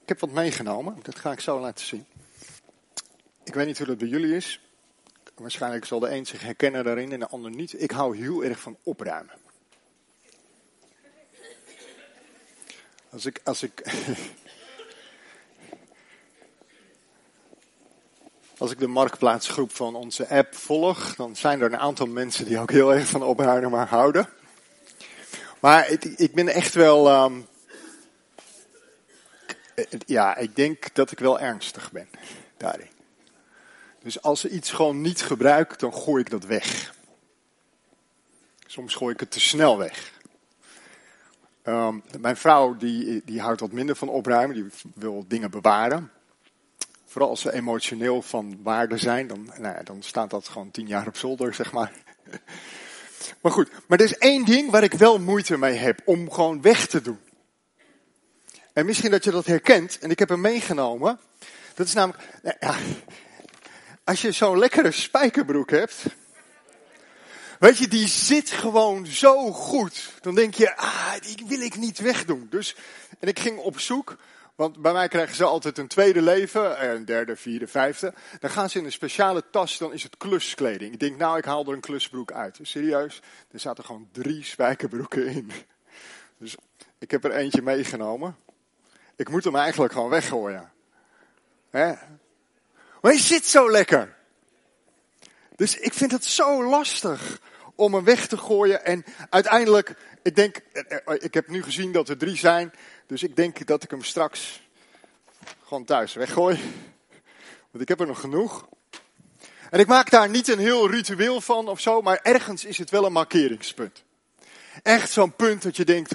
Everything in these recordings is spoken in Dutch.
Ik heb wat meegenomen, dat ga ik zo laten zien. Ik weet niet hoe dat bij jullie is. Waarschijnlijk zal de een zich herkennen daarin en de ander niet. Ik hou heel erg van opruimen. Als ik de marktplaatsgroep van onze app volg, dan zijn er een aantal mensen die ook heel erg van opruimen houden. Maar ik ben echt wel... ik denk dat ik wel ernstig ben daarin. Dus als ik iets gewoon niet gebruik, dan gooi ik dat weg. Soms gooi ik het te snel weg. Mijn vrouw die houdt wat minder van opruimen, die wil dingen bewaren. Vooral als ze emotioneel van waarde zijn, dan staat dat gewoon 10 jaar op zolder, zeg maar. Maar goed, maar er is één ding waar ik wel moeite mee heb om gewoon weg te doen. En misschien dat je dat herkent, en ik heb hem meegenomen. Dat is namelijk, als je zo'n lekkere spijkerbroek hebt, weet je, die zit gewoon zo goed. Dan denk je, die wil ik niet wegdoen. En ik ging op zoek, want bij mij krijgen ze altijd een tweede leven, een derde, vierde, vijfde. Dan gaan ze in een speciale tas, dan is het kluskleding. Ik denk, ik haal er een klusbroek uit. Serieus, er zaten gewoon 3 spijkerbroeken in. Dus ik heb er eentje meegenomen. Ik moet hem eigenlijk gewoon weggooien. Hè? Maar hij zit zo lekker. Dus ik vind het zo lastig om hem weg te gooien. En uiteindelijk, ik heb nu gezien dat er 3 zijn. Dus ik denk dat ik hem straks gewoon thuis weggooi. Want ik heb er nog genoeg. En ik maak daar niet een heel ritueel van of zo. Maar ergens is het wel een markeringspunt. Echt zo'n punt dat je denkt,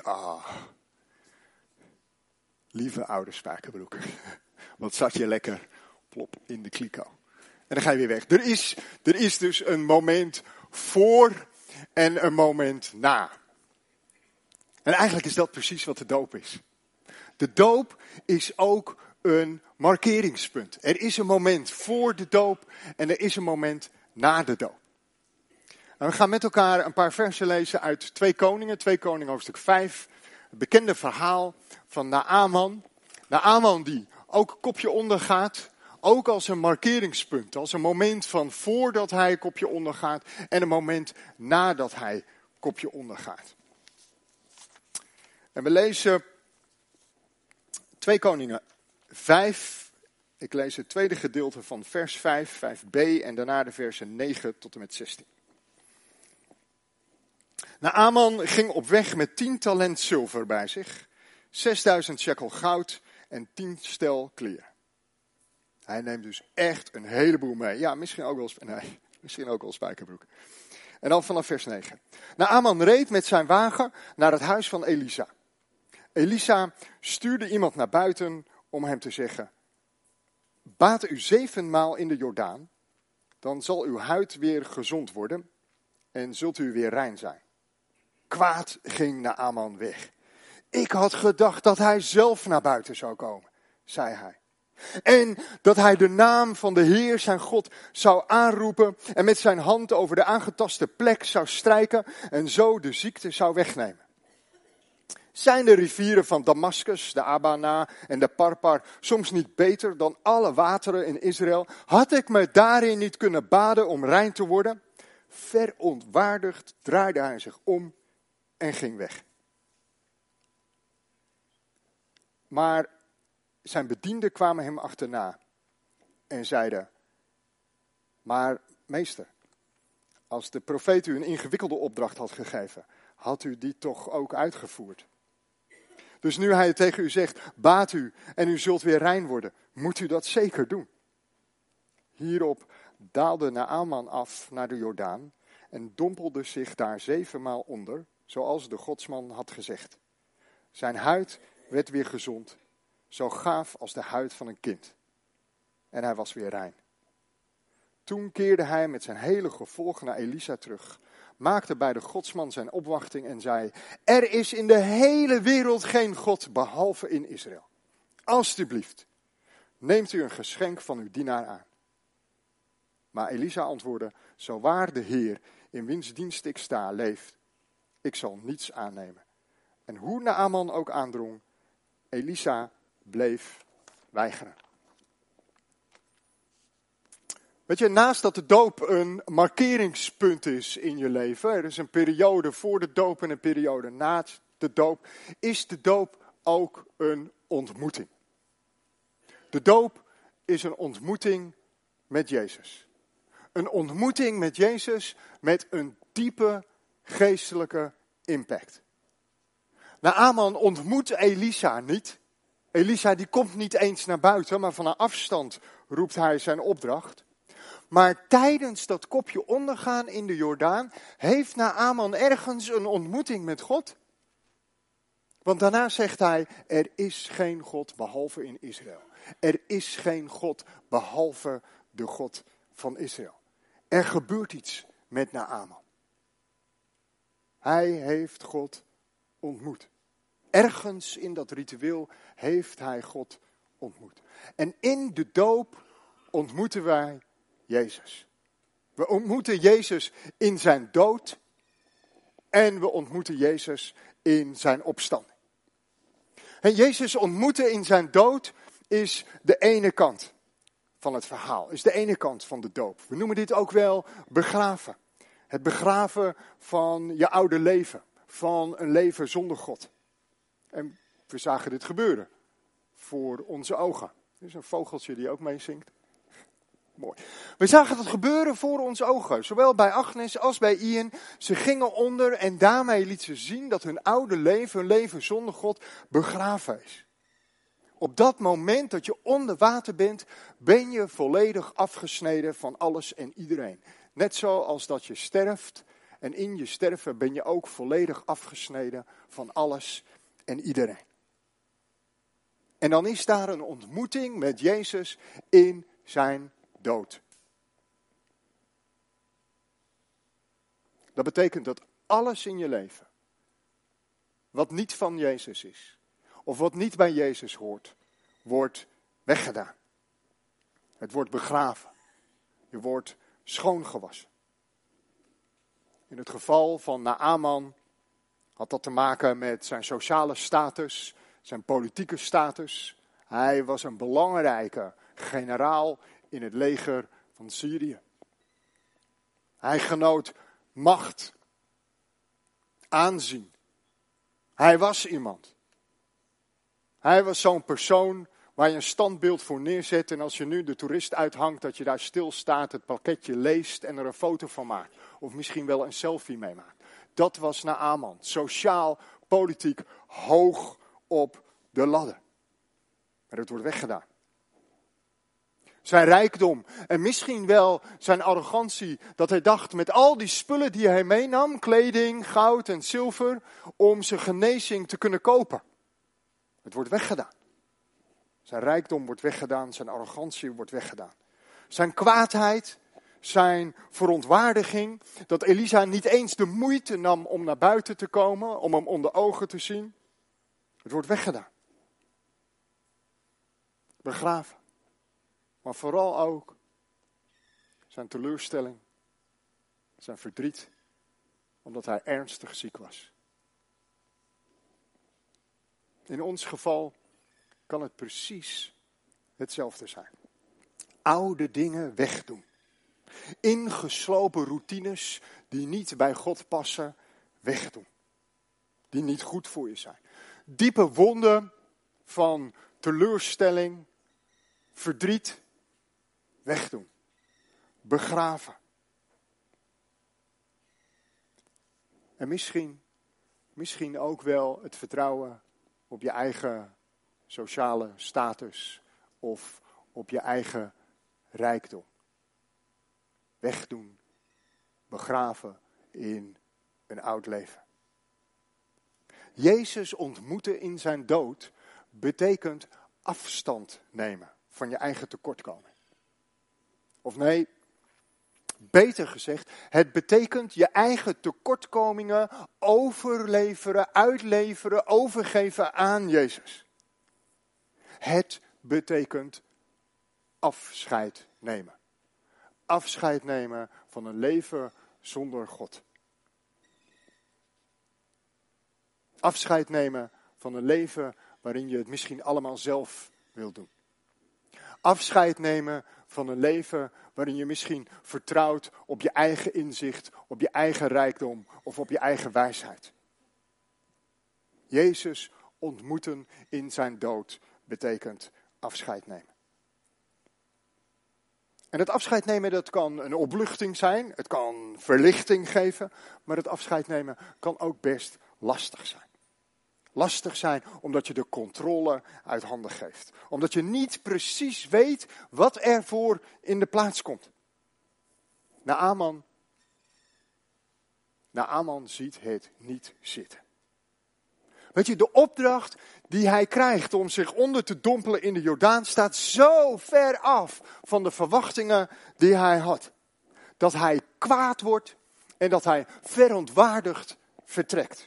lieve oude spijkerbroek. Wat zat je lekker plop in de kliko. En dan ga je weer weg. Er is dus een moment voor en een moment na. En eigenlijk is dat precies wat de doop is. De doop is ook een markeringspunt. Er is een moment voor de doop en er is een moment na de doop. En we gaan met elkaar een paar versen lezen uit 2 Koningen. 2 Koningen hoofdstuk 5. Het bekende verhaal van Naaman. Naaman die ook kopje onder gaat. Ook als een markeringspunt. Als een moment van voordat hij kopje onder gaat. En een moment nadat hij kopje onder gaat. En we lezen 2 Koningen 5. Ik lees het tweede gedeelte van vers 5, 5b. En daarna de versen 9 tot en met 16. Naaman ging op weg met 10 talent zilver bij zich. 6000 shekel goud en 10 stel kleren. Hij neemt dus echt een heleboel mee. Ja, misschien ook wel spijkerbroek. En dan vanaf vers 9. Naaman reed met zijn wagen naar het huis van Elisa. Elisa stuurde iemand naar buiten om hem te zeggen: baat u 7 maal in de Jordaan, dan zal uw huid weer gezond worden en zult u weer rein zijn. Kwaad ging Naaman weg. Ik had gedacht dat hij zelf naar buiten zou komen, zei hij. En dat hij de naam van de Heer zijn God zou aanroepen en met zijn hand over de aangetaste plek zou strijken en zo de ziekte zou wegnemen. Zijn de rivieren van Damascus, de Abana en de Parpar soms niet beter dan alle wateren in Israël? Had ik me daarin niet kunnen baden om rein te worden? Verontwaardigd draaide hij zich om en ging weg. Maar zijn bedienden kwamen hem achterna en zeiden: maar meester, als de profeet u een ingewikkelde opdracht had gegeven, had u die toch ook uitgevoerd? Dus nu hij tegen u zegt: baat u en u zult weer rein worden, moet u dat zeker doen. Hierop daalde Naaman af naar de Jordaan en dompelde zich daar 7 maal onder, zoals de godsman had gezegd. Zijn huid werd weer gezond, zo gaaf als de huid van een kind. En hij was weer rein. Toen keerde hij met zijn hele gevolg naar Elisa terug, maakte bij de godsman zijn opwachting en zei: er is in de hele wereld geen God behalve in Israël. Alsjeblieft, neemt u een geschenk van uw dienaar aan. Maar Elisa antwoordde: zo waar de Heer, in wiens dienst ik sta, leeft, ik zal niets aannemen. En hoe Naaman ook aandrong, Elisa bleef weigeren. Weet je, naast dat de doop een markeringspunt is in je leven, er is een periode voor de doop en een periode na de doop, is de doop ook een ontmoeting. De doop is een ontmoeting met Jezus. Een ontmoeting met Jezus met een diepe geestelijke impact. Naaman ontmoet Elisa niet. Elisa die komt niet eens naar buiten, maar van een afstand roept hij zijn opdracht. Maar tijdens dat kopje ondergaan in de Jordaan heeft Naaman ergens een ontmoeting met God. Want daarna zegt hij, er is geen God behalve in Israël. Er is geen God behalve de God van Israël. Er gebeurt iets met Naaman. Hij heeft God ontmoet. Ergens in dat ritueel heeft hij God ontmoet. En in de doop ontmoeten wij Jezus. We ontmoeten Jezus in zijn dood en we ontmoeten Jezus in zijn opstanding. En Jezus ontmoeten in zijn dood is de ene kant van het verhaal, is de ene kant van de doop. We noemen dit ook wel begraven. Het begraven van je oude leven, van een leven zonder God. En we zagen dit gebeuren voor onze ogen. Er is een vogeltje die ook meezingt. Mooi. We zagen het gebeuren voor onze ogen. Zowel bij Agnes als bij Ian. Ze gingen onder en daarmee liet ze zien dat hun oude leven, hun leven zonder God, begraven is. Op dat moment dat je onder water bent, ben je volledig afgesneden van alles en iedereen. Net zoals dat je sterft en in je sterven ben je ook volledig afgesneden van alles en iedereen. En dan is daar een ontmoeting met Jezus in zijn dood. Dat betekent dat alles in je leven, wat niet van Jezus is, of wat niet bij Jezus hoort, wordt weggedaan. Het wordt begraven. Je wordt schoongewassen. In het geval van Naaman had dat te maken met zijn sociale status, zijn politieke status. Hij was een belangrijke generaal in het leger van Syrië. Hij genoot macht, aanzien. Hij was iemand. Hij was zo'n persoon waar je een standbeeld voor neerzet en als je nu de toerist uithangt, dat je daar stilstaat, het pakketje leest en er een foto van maakt. Of misschien wel een selfie mee maakt. Dat was Naaman. Sociaal, politiek, hoog op de ladder. Maar dat wordt weggedaan. Zijn rijkdom en misschien wel zijn arrogantie, dat hij dacht met al die spullen die hij meenam, kleding, goud en zilver, om zijn genezing te kunnen kopen. Het wordt weggedaan. Zijn rijkdom wordt weggedaan, zijn arrogantie wordt weggedaan. Zijn kwaadheid, zijn verontwaardiging, dat Elisa niet eens de moeite nam om naar buiten te komen, om hem onder ogen te zien. Het wordt weggedaan. Begraven. Maar vooral ook zijn teleurstelling, zijn verdriet, omdat hij ernstig ziek was. In ons geval kan het precies hetzelfde zijn. Oude dingen wegdoen. Ingeslopen routines die niet bij God passen, wegdoen. Die niet goed voor je zijn. Diepe wonden van teleurstelling, verdriet, wegdoen. Begraven. En misschien ook wel het vertrouwen op je eigen sociale status of op je eigen rijkdom. Wegdoen, begraven in een oud leven. Jezus ontmoeten in zijn dood betekent afstand nemen van je eigen tekortkoming. Of nee, beter gezegd, het betekent je eigen tekortkomingen overleveren, uitleveren, overgeven aan Jezus. Het betekent afscheid nemen. Afscheid nemen van een leven zonder God. Afscheid nemen van een leven waarin je het misschien allemaal zelf wil doen. Afscheid nemen van een leven waarin je misschien vertrouwt op je eigen inzicht, op je eigen rijkdom of op je eigen wijsheid. Jezus ontmoeten in zijn dood betekent afscheid nemen. En het afscheid nemen, dat kan een opluchting zijn, het kan verlichting geven, maar het afscheid nemen kan ook best lastig zijn. Lastig zijn omdat je de controle uit handen geeft. Omdat je niet precies weet wat er voor in de plaats komt. Naaman ziet het niet zitten. Weet je, de opdracht die hij krijgt om zich onder te dompelen in de Jordaan staat zo ver af van de verwachtingen die hij had. Dat hij kwaad wordt en dat hij verontwaardigd vertrekt.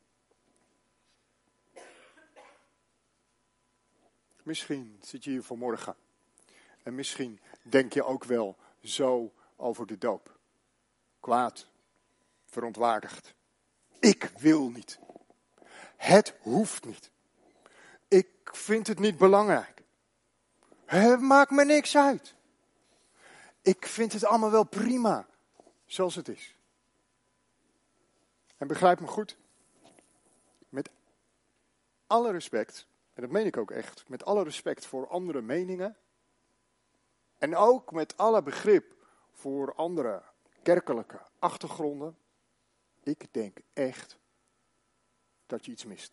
Misschien zit je hier vanmorgen en misschien denk je ook wel zo over de doop. Kwaad, verontwaardigd. Ik wil niet. Het hoeft niet. Ik vind het niet belangrijk. Het maakt me niks uit. Ik vind het allemaal wel prima, zoals het is. En begrijp me goed. Met alle respect, en dat meen ik ook echt, met alle respect voor andere meningen. En ook met alle begrip voor andere kerkelijke achtergronden. Ik denk echt dat je iets mist.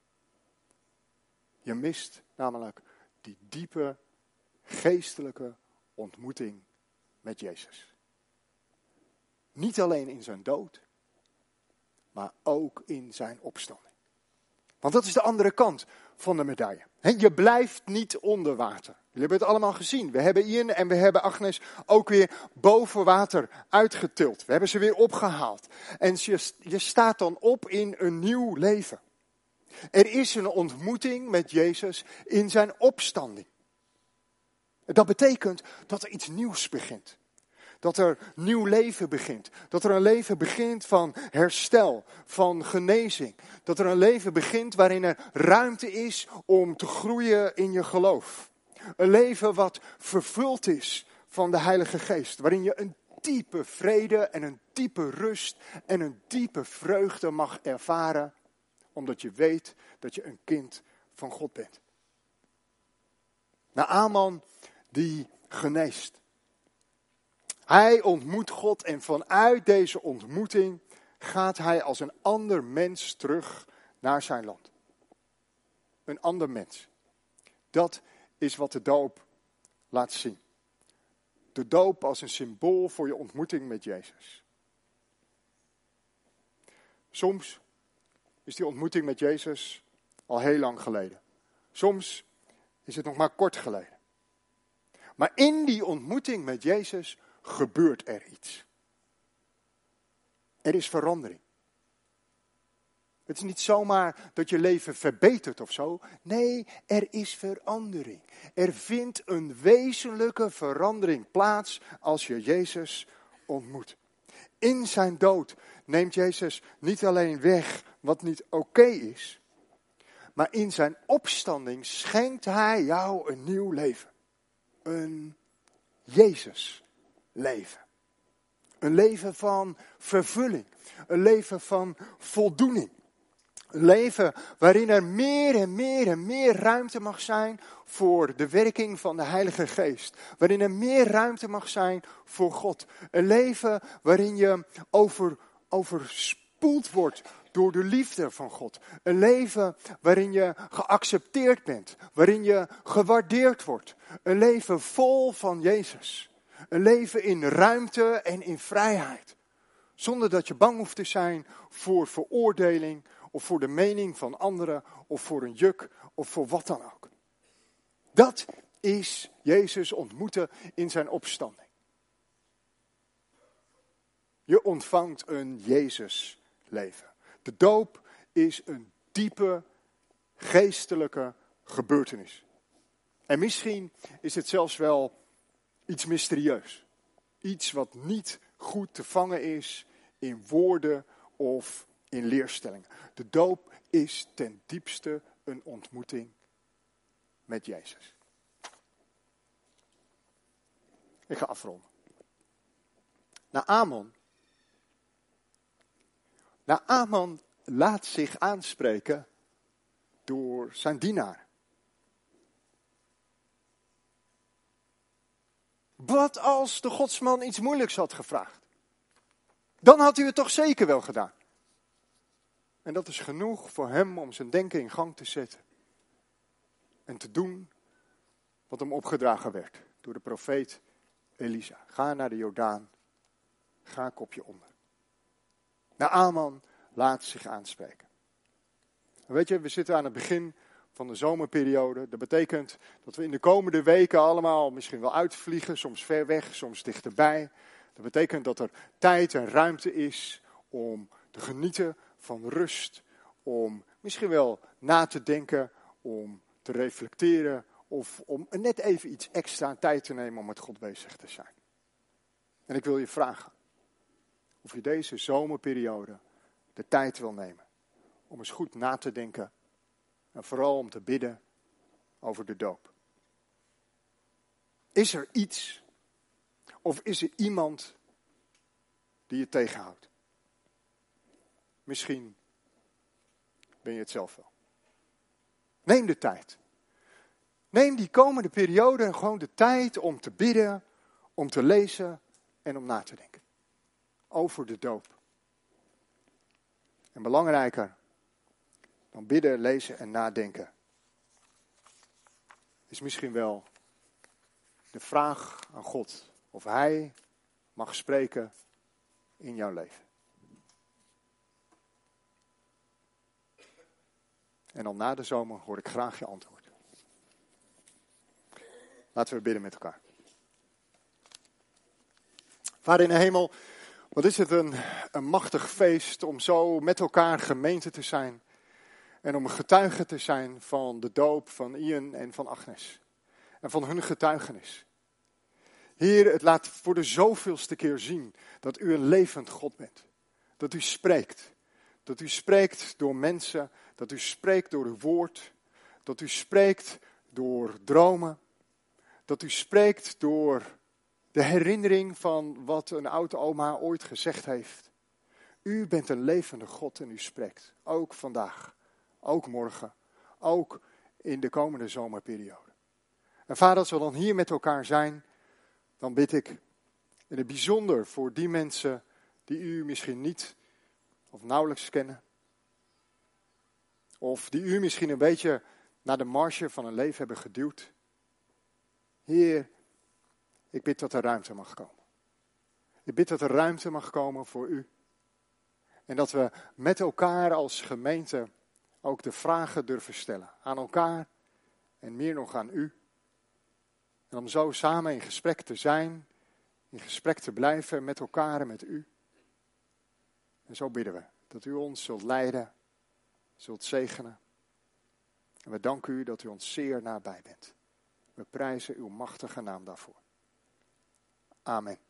Je mist namelijk die diepe geestelijke ontmoeting met Jezus. Niet alleen in zijn dood, maar ook in zijn opstanding. Want dat is de andere kant van de medaille. Je blijft niet onder water. Jullie hebben het allemaal gezien. We hebben Ian en we hebben Agnes ook weer boven water uitgetild. We hebben ze weer opgehaald. En je staat dan op in een nieuw leven. Er is een ontmoeting met Jezus in zijn opstanding. Dat betekent dat er iets nieuws begint. Dat er nieuw leven begint. Dat er een leven begint van herstel, van genezing. Dat er een leven begint waarin er ruimte is om te groeien in je geloof. Een leven wat vervuld is van de Heilige Geest. Waarin je een diepe vrede en een diepe rust en een diepe vreugde mag ervaren. Omdat je weet dat je een kind van God bent. Naaman die geneest. Hij ontmoet God en vanuit deze ontmoeting gaat hij als een ander mens terug naar zijn land. Een ander mens. Dat is wat de doop laat zien. De doop als een symbool voor je ontmoeting met Jezus. Soms is die ontmoeting met Jezus al heel lang geleden. Soms is het nog maar kort geleden. Maar in die ontmoeting met Jezus gebeurt er iets. Er is verandering. Het is niet zomaar dat je leven verbetert of zo. Nee, er is verandering. Er vindt een wezenlijke verandering plaats als je Jezus ontmoet. In zijn dood neemt Jezus niet alleen weg wat niet oké is. Maar in zijn opstanding schenkt hij jou een nieuw leven. Een Jezus-leven. Een leven van vervulling. Een leven van voldoening. Een leven waarin er meer en meer en meer ruimte mag zijn voor de werking van de Heilige Geest. Waarin er meer ruimte mag zijn voor God. Een leven waarin je overspoeld wordt door de liefde van God. Een leven waarin je geaccepteerd bent. Waarin je gewaardeerd wordt. Een leven vol van Jezus. Een leven in ruimte en in vrijheid. Zonder dat je bang hoeft te zijn voor veroordeling of voor de mening van anderen of voor een juk of voor wat dan ook. Dat is Jezus ontmoeten in zijn opstanding. Je ontvangt een Jezus-leven. De doop is een diepe geestelijke gebeurtenis. En misschien is het zelfs wel iets mysterieus. Iets wat niet goed te vangen is in woorden of in leerstellingen. De doop is ten diepste een ontmoeting met Jezus. Ik ga afronden. Naaman laat zich aanspreken door zijn dienaar. Wat als de godsman iets moeilijks had gevraagd? Dan had u het toch zeker wel gedaan. En dat is genoeg voor hem om zijn denken in gang te zetten. En te doen wat hem opgedragen werd door de profeet Elisa. Ga naar de Jordaan. Ga een kopje onder. Naaman laat zich aanspreken. En weet je, we zitten aan het begin van de zomerperiode. Dat betekent dat we in de komende weken allemaal misschien wel uitvliegen. Soms ver weg, soms dichterbij. Dat betekent dat er tijd en ruimte is om te genieten van rust. Om misschien wel na te denken, om te reflecteren. Of om net even iets extra tijd te nemen om met God bezig te zijn. En ik wil je vragen of je deze zomerperiode de tijd wil nemen om eens goed na te denken en vooral om te bidden over de doop. Is er iets of is er iemand die je tegenhoudt? Misschien ben je het zelf wel. Neem de tijd. Neem die komende periode gewoon de tijd om te bidden, om te lezen en om na te denken. Over de doop. En belangrijker dan bidden, lezen en nadenken is misschien wel de vraag aan God of Hij mag spreken in jouw leven. En dan na de zomer hoor ik graag je antwoord. Laten we bidden met elkaar. Vader in de hemel, wat is het een machtig feest om zo met elkaar gemeente te zijn. En om een getuige te zijn van de doop van Ian en van Agnes. En van hun getuigenis. Heer, het laat voor de zoveelste keer zien dat u een levend God bent. Dat u spreekt. Dat u spreekt door mensen. Dat u spreekt door uw woord. Dat u spreekt door dromen. Dat u spreekt door de herinnering van wat een oude oma ooit gezegd heeft. U bent een levende God en u spreekt. Ook vandaag. Ook morgen. Ook in de komende zomerperiode. En Vader, als we dan hier met elkaar zijn, dan bid ik in het bijzonder voor die mensen die u misschien niet of nauwelijks kennen. Of die u misschien een beetje naar de marge van een leven hebben geduwd. Heer, ik bid dat er ruimte mag komen. Ik bid dat er ruimte mag komen voor u. En dat we met elkaar als gemeente ook de vragen durven stellen. Aan elkaar en meer nog aan u. En om zo samen in gesprek te zijn, in gesprek te blijven met elkaar en met u. En zo bidden we dat u ons zult leiden, zult zegenen. En we danken u dat u ons zeer nabij bent. We prijzen uw machtige naam daarvoor. Amen.